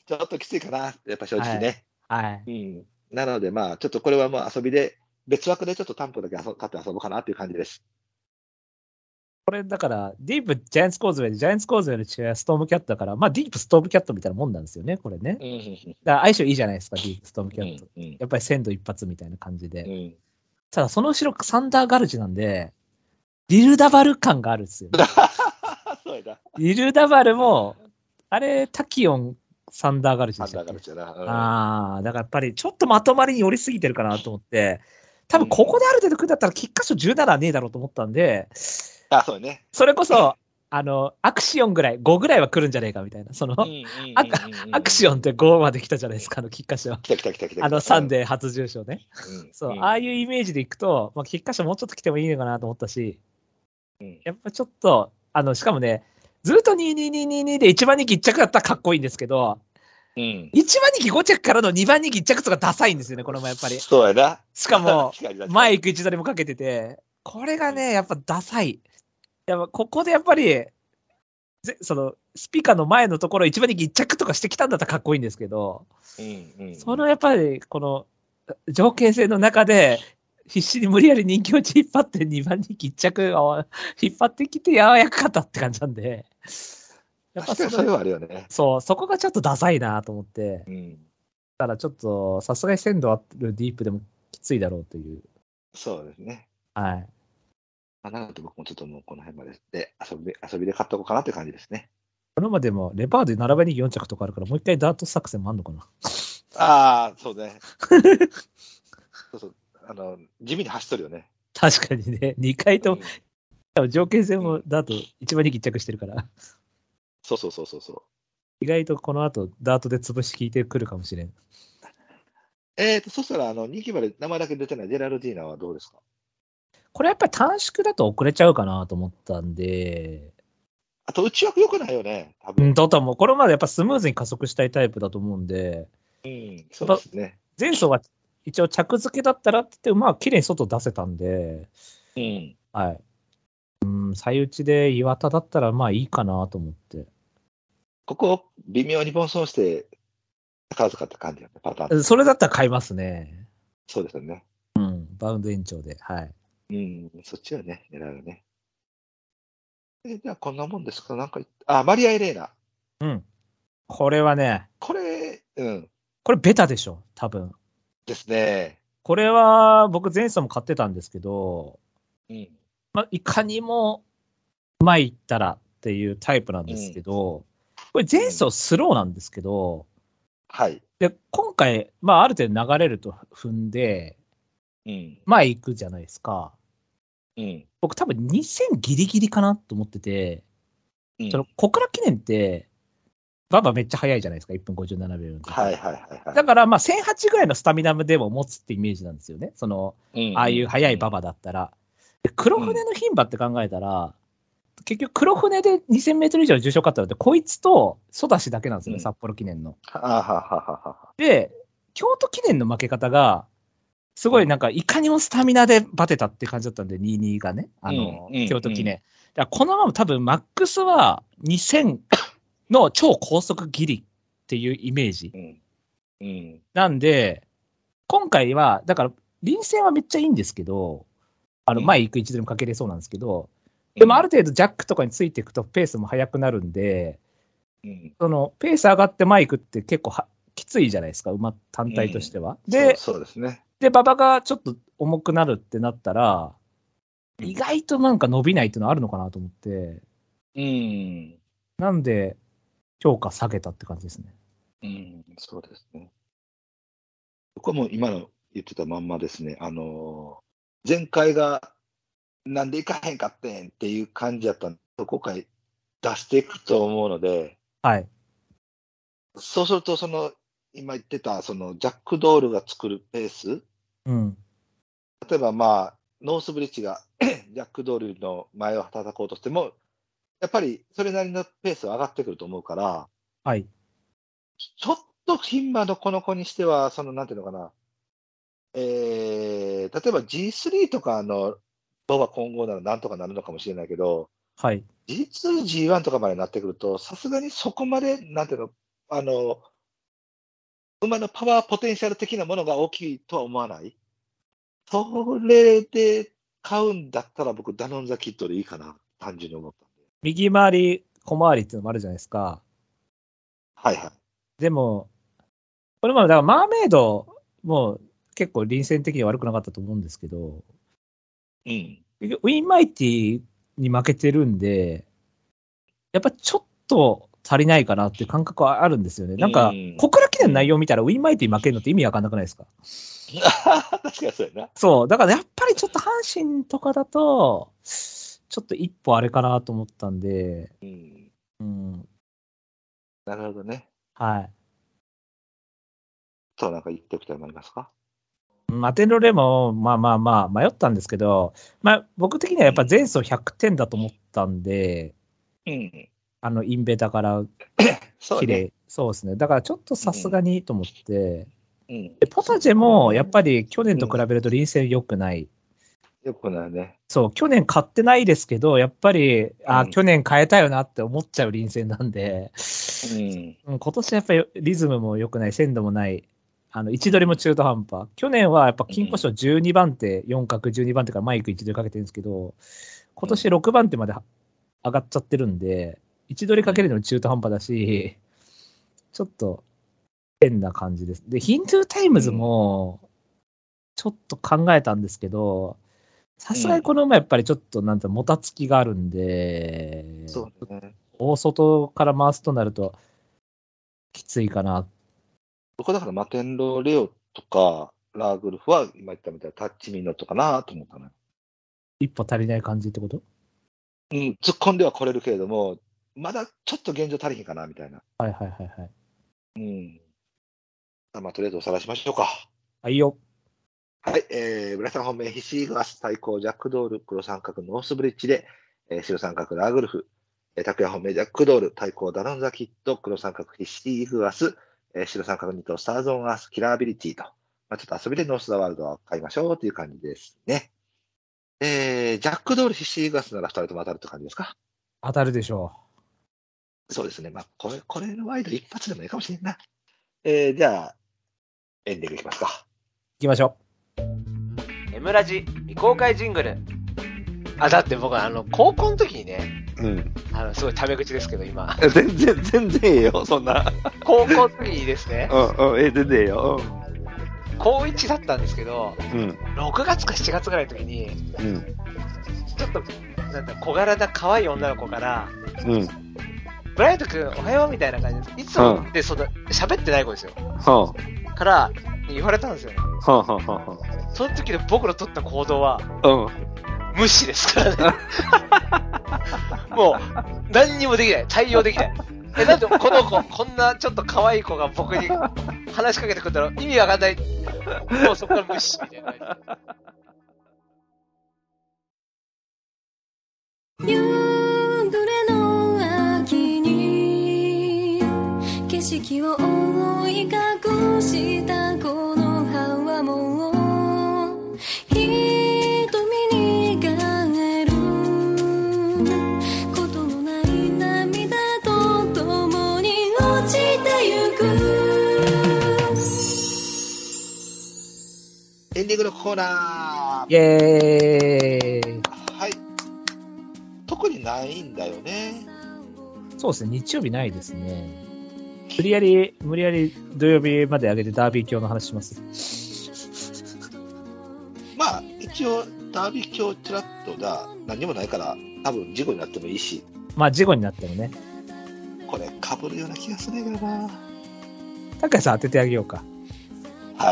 ちょっときついかな、やっぱ正直ね。 はい。 うん。なので、まあ、ちょっとこれはもう遊びで、別枠でちょっと担保だけ買って遊ぼうかなっていう感じです。 これだから、ディープジャイアンツコーズウェイで、ジャイアンツコーズウェイの違いはストームキャットだから、まあディープストームキャットみたいなもんなんですよね、これね。だから相性いいじゃないですか、ディープストームキャット。やっぱり鮮度一発みたいな感じで。ただその後ろサンダーガルジなんで、リルダバル感があるんですよ、ね。 そうだ。 リルダバルも、あれ、タキオン、サンダーガルジでしたっけ？ サンダーガルジだな。 ああ、だからやっぱりちょっとまとまりに寄りすぎてるかなと思って、多分ここである程度来るんだったら、キッカーショ17はねえだろうと思ったんで、 そうね。 それこそ、アクシオンぐらい、5ぐらいは来るんじゃねえかみたいな。アクシオンって5まで来たじゃないですか、キッカーション。 来た。 サンデー初重賞ね。そう、ああいうイメージでいくと、まあ、キッカーションもうちょっと来てもいいのかなと思ったし、やっぱちょっと、しかもね、ずっと2222で1番人気1着だったらかっこいいんですけど、1番人気5着からの2番人気1着とかダサいんですよね、この前やっぱり。 そうやな。 しかも、前行く1打でもかけてて、これがね、やっぱダサい。やっぱここでやっぱり、そのスピカの前のところ1番人気1着とかしてきたんだったらかっこいいんですけど、そのやっぱりこの条件性の中で必死に無理やり人気落ち引っ張って2番人気1着を引っ張ってきてやわやかかったって感じなんで、 やっぱそれはあるよね。 そう、そこがちょっとダサいなと思って、だからちょっとさすがに鮮度あるディープでもきついだろうという。 そうですね。 はい。 なので僕もちょっともうこの辺までで遊びで買っとこうかなって感じですね。 このまでもレバーで並べに4着とかあるからもう一回ダート作戦もあんのかな。 そうね。そう地味に走っとるよね。 確かにね、2回とも、条件戦もダート一番人気1着してるから。 そう。 意外とこの後ダートで潰し効いてくるかもしれん。 そしたら2期まで名前だけ出てないジェラルディーナはどうですか？ これやっぱり短縮だと遅れちゃうかなと思ったんで。 あと内枠良くないよね、多分。 だと思う。これまでやっぱスムーズに加速したいタイプだと思うんで。 そうですね。 前走は一応着付けだったらって言って、まあ綺麗に外出せたんで。はい。最打ちで岩田だったらまあいいかなと思って。 ここ微妙に奔走して宝塚って感じだね、パターン。 それだったら買いますね。 そうですよね。 バウンド延長で。はい。 そっちはね、狙うね。じゃあこんなもんですか？なんか、マリア・エレーナ。 これはね。 これベタでしょ、多分。 ですね。 これは、僕前走も買ってたんですけど、まあ、いかにも、前行ったらっていうタイプなんですけど、これ前走スローなんですけど、 はい。 で、今回、まあ、ある程度流れると踏んで、前行くじゃないですか。僕多分2000ギリギリかなと思ってて、その小倉記念って、ババめっちゃ速いじゃないですか、1分57秒の時。だから、まあ、1008ぐらいのスタミナでも持つってイメージなんですよね。ああいう速いババだったら。で黒船の牝馬って考えたら、結局黒船で2000メートル以上重賞勝ったのって、こいつとソダシだけなんですよね、札幌記念の。で、京都記念の負け方が、すごいなんか、いかにもスタミナでバテたって感じだったんで、22がね、京都記念。だからこのまま多分、マックスは2000の超高速ギリっていうイメージ。なんで、今回は、だから、臨戦はめっちゃいいんですけど、前行く一度でもかけれそうなんですけど、でもある程度ジャックとかについていくとペースも速くなるんで、そのペース上がって前行くって結構きついじゃないですか、馬単体としては。で、 そうですね。 で、馬場がちょっと重くなるってなったら、意外となんか伸びないっていうのはあるのかなと思って、なんで、評価下げたって感じですね。 そうですね。僕はもう今の言ってたまんまですね。前回がなんでいかへんかってんっていう感じだったんで、今回出していくと思うので、 はい。 そうすると、今言ってた、ジャック・ドールが作るペース、例えばノースブリッジがジャック・ドールの前を叩こうとしても、やっぱりそれなりのペースは上がってくると思うから、 はい。 ちょっと牝馬のこの子にしては、なんていうのかな、例えば G3 とかボバ混合ならなんとかなるのかもしれないけど、 はい。 G2、G1 とかまでなってくると、さすがにそこまで、なんていうの、 馬のパワーポテンシャル的なものが大きいとは思わない？それで買うんだったら僕、ダノンザキッドでいいかな、単純に思ったんで。 右回り、小回りっていうのもあるじゃないですか。 はいはい。 でも、これもだからマーメイドも結構臨戦的には悪くなかったと思うんですけど、 うん。 ウィンマイティに負けてるんで、やっぱちょっと足りないかなっていう感覚はあるんですよね。なんか、小倉記念の内容見たらウィンマイティ負けるのって意味わかんなくないですか？ 確かにそうやな。 そう。だからやっぱりちょっと阪神とかだと、ちょっと一歩あれかなと思ったんで、うん。 なるほどね。 はい。 そう、なんか言っておきたいもありますか？ アテンロレも、まあ、迷ったんですけど、まあ、僕的にはやっぱ前走100点だと思ったんで、インベだから、綺麗。そうですね。だからちょっとさすがにと思って、ポタジェもやっぱり去年と比べると臨戦良くない。 良くないね。 そう、去年買ってないですけど、やっぱり、去年変えたよなって思っちゃう臨戦なんで、今年やっぱりリズムも良くない、鮮度もない。位置取りも中途半端。去年はやっぱ金庫賞12番手、4角12番手からマイク位置取りかけてるんですけど、今年6番手まで上がっちゃってるんで、位置取りかけるのも中途半端だし、ちょっと変な感じです。で、ヒントゥータイムズも、ちょっと考えたんですけど、さすがにこの馬やっぱりちょっとなんてもたつきがあるんで、 そうね。 大外から回すとなると、きついかな。 僕だからマテンロレオとかラーグルフは今言ったみたいなタッチミノとかなと思ったの。 一歩足りない感じってこと？ 突っ込んでは来れるけれども、まだちょっと現状足りひんかなみたいな。 はい。 まあ、とりあえずおさらいしましょうか。 はいよ。 はい、村さん本命、ヒシーグアス対抗ジャックドール、黒三角ノースブリッジで、白三角ラーグルフ、拓也本命ジャックドール対抗ダノンザキッド、黒三角ヒシーグアス、白三角2頭スターゾーンアース、キラービリティと、ちょっと遊びでノースザワールドを買いましょうという感じですね。ジャックドール、ヒシーグアスなら2人とも当たるって感じですか？ 当たるでしょう。そうですね。まあ、これのワイド一発でもいいかもしれんな。じゃあ、エンディングいきますか。 行きましょう。エムラジ未公開ジングル。だって僕高校の時にね、すごいタメ口ですけど今。 全然ええよ、そんな。 高校の時にですね。 全然ええよ。 高1だったんですけど、6月か7月ぐらいの時に、ちょっと、小柄な可愛い女の子から、ブライト君おはようみたいな感じです。いつもって喋ってない子ですよ。から言われたんですよね。その時で僕の取った行動は、無視ですからね。もう何にもできない、対応できない。なんでこの子、こんなちょっと可愛い子が僕に話しかけてくるんだろう、意味わかんない。もうそこから無視みたいな。夕暮れの秋に景色を覆い隠したこの葉はもう瞳に変えることのない涙と共に落ちてゆく。 エンディングのコーナー。 イエーイ。 はい。特にないんだよね。 そうですね、日曜日ないですね。無理やり土曜日まで上げてダービー卿の話します。 まあ、一応、ダービー卿ちらっと何にもないから、多分事故になってもいいし。 まあ、事故になってもね。 これ、被るような気がするんだよな。 高橋さん当ててあげようか。 はい。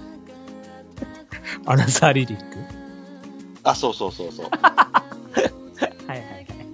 アナザーリリック？ そう。 はい。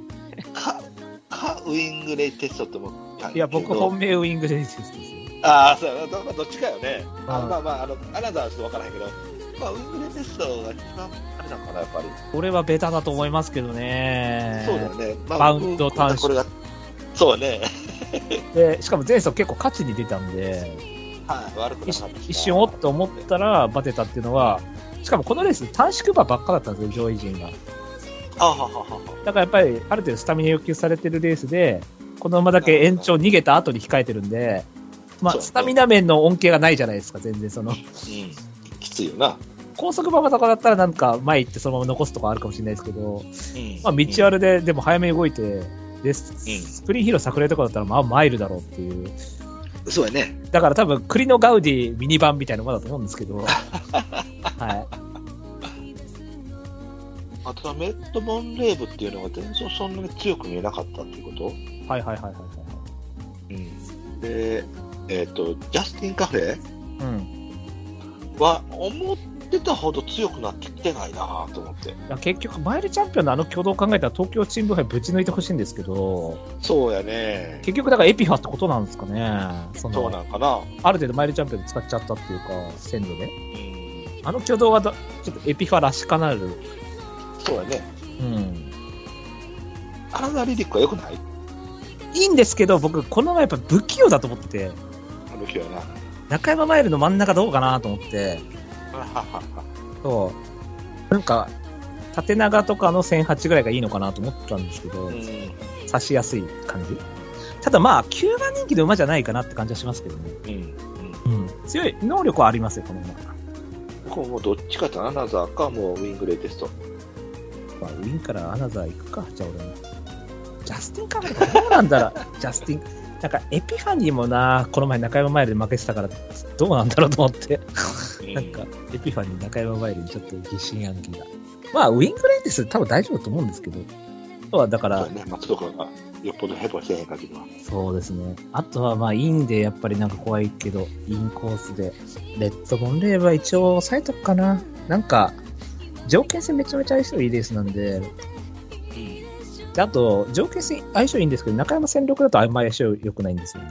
ウィングレイテストって思ったんやけど。 いや、僕本命ウィングレイテストですよ。 そうどっちかよね。アナザーはちょっと分からへんけど、ウィングレイテストが一番あれなのかな、やっぱり。 俺はベタだと思いますけどね。 そうだよね。 バウンド短縮。 そうね。 で、しかも前走結構勝ちに出たんで、 悪くなかった。 一瞬おっと思ったらバテたっていうのは、しかもこのレース短縮馬ばっかだったんですよ、上位陣が。だからやっぱりある程度スタミナ要求されてるレースで、この馬だけ延長逃げた後に控えてるんで、 まあ、スタミナ面の恩恵がないじゃないですか、全然その。 きついよな。 高速馬場とかだったらなんか前行ってそのまま残すとかあるかもしれないですけど、まあ道悪ででも早めに動いて、で、スプリンヒーロー桜井とかだったらまあマイルだろうっていう。 そうやね。 だから多分栗のガウディミニバンみたいなものだと思うんですけど。はい。 あとはメットボンレーブっていうのが全然そんなに強く見えなかったっていうこと？ はいはいはいはい。 で、ジャスティンカフェは思ってたほど強くなってきてないなと思って。いや結局マイルチャンピオンの挙動を考えたら東京新聞杯ぶち抜いてほしいんですけど。 そうやね。 結局だからエピファってことなんですかね。 そうなんかな。 ある程度マイルチャンピオンで使っちゃったっていうか鮮度で。挙動はちょっとエピファらしかなる。 そうやね。アナザーリリックは良くない？ いいんですけど、僕、このままやっぱ不器用だと思ってて。 不器用な。 中山マイルの真ん中どうかなと思って。そう。なんか、縦長とかの1008ぐらいがいいのかなと思ったんですけど、差しやすい感じ。ただまあ、9番人気の馬じゃないかなって感じはしますけどね。強い能力はありますよ、この馬。 こうもうどっちかとアナザーか、もうウィングレイテスト。 まあ、ウィンからアナザー行くか、じゃあ俺も。ジャスティンカフェどうなんだろうジャスティン、なんかエピファニーもな、この前中山マイルで負けてたから、どうなんだろうと思って。なんか、エピファニー中山マイルにちょっと疑心暗鬼が。まあ、ウィングレイテス多分大丈夫だと思うんですけど。あとはだから、 ね、松岡がよっぽどヘボしてへん限りは。 そうですね。あとはまあ、インでやっぱりなんか怖いけど、インコースで、レッドボンレーブは一応抑えとくかな。なんか、条件戦めちゃめちゃ相性いいレースなんで、であと、条件戦相性いいんですけど、中山戦力だとあんまり相性良くないんですよね。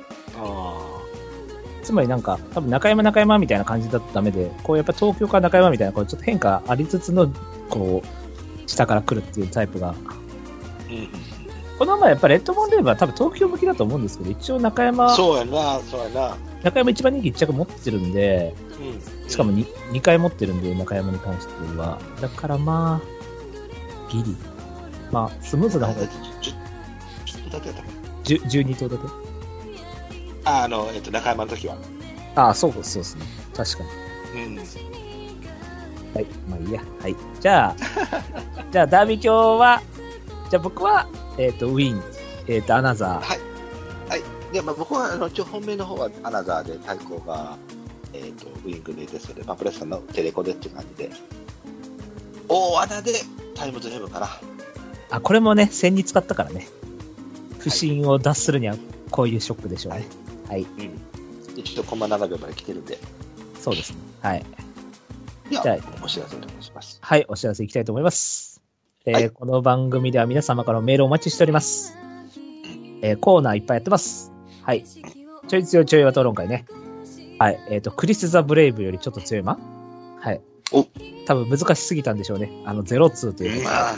つまりなんか、多分中山みたいな感じだとダメで、こうやっぱ東京から中山みたいな、こうちょっと変化ありつつの、こう、下から来るっていうタイプが。この前やっぱレッドボンレーブは多分東京向きだと思うんですけど、一応中山、 そうやな、そうやな。 中山一番人気1着持ってるんで、しかも 2回持ってるんで、中山に関しては。だからまあ、ギリ。まあ、スムーズな方がいい。 ちょっとだけやったかな。 12頭だけ中山の時は。 そうですね。確かに。はい、まあいいや。はい。じゃあ、ダービー卿は、じゃあ僕は、ウィン、アナザー。 はい。はい。で、まあ僕は、一応本命の方はアナザーで、対抗が、ウィングレイテストで、プレッサーのテレコでっていう感じで、大穴でタイムズヘブンかな。 これもね、戦に使ったからね。不振を脱するには、こういうショックでしょうね。はい。 一度コンマ7秒まで来てるんで。 そうですね。はい。 じゃあ、お知らせお願いします。 はい、お知らせいきたいと思います。この番組では皆様からのメールをお待ちしております。コーナーいっぱいやってます。はい。ちょい強いちょいは討論会ね。はい。クリス・ザ・ブレイブよりちょっと強い馬？はい。多分難しすぎたんでしょうね。02という。はい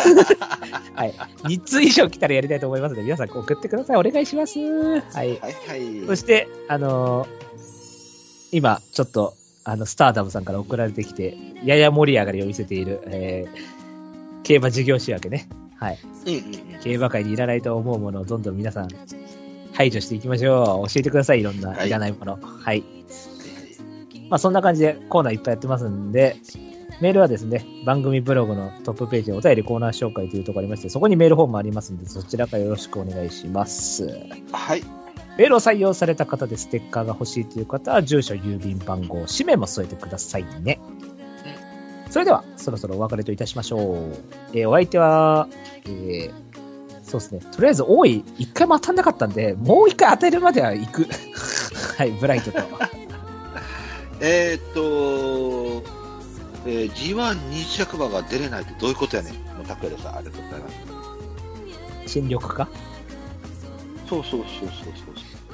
。2通以上来たらやりたいと思いますので、皆さん送ってください。お願いします。はい。そして、今、ちょっと、スターダムさんから送られてきて、やや盛り上がりを見せている、競馬事業仕分けね。はい。競馬界にいらないと思うものをどんどん皆さん排除していきましょう。教えてください。いろんないらないもの。はい。まあそんな感じでコーナーいっぱいやってますんで、メールはですね、番組ブログのトップページでお便りコーナー紹介というところありまして、そこにメールフォームありますんで、そちらからよろしくお願いします。 はい。 メールを採用された方でステッカーが欲しいという方は、住所、郵便番号、氏名も添えてくださいね。それでは、そろそろお別れといたしましょう。お相手は、そうですね。とりあえず多い、一回も当たんなかったんで、もう一回当てるまでは行く。はい、ブライトと。 G120 着馬が出れないってどういうことやねん。もう拓也さん、ありがとうございます。 新緑か？ そう。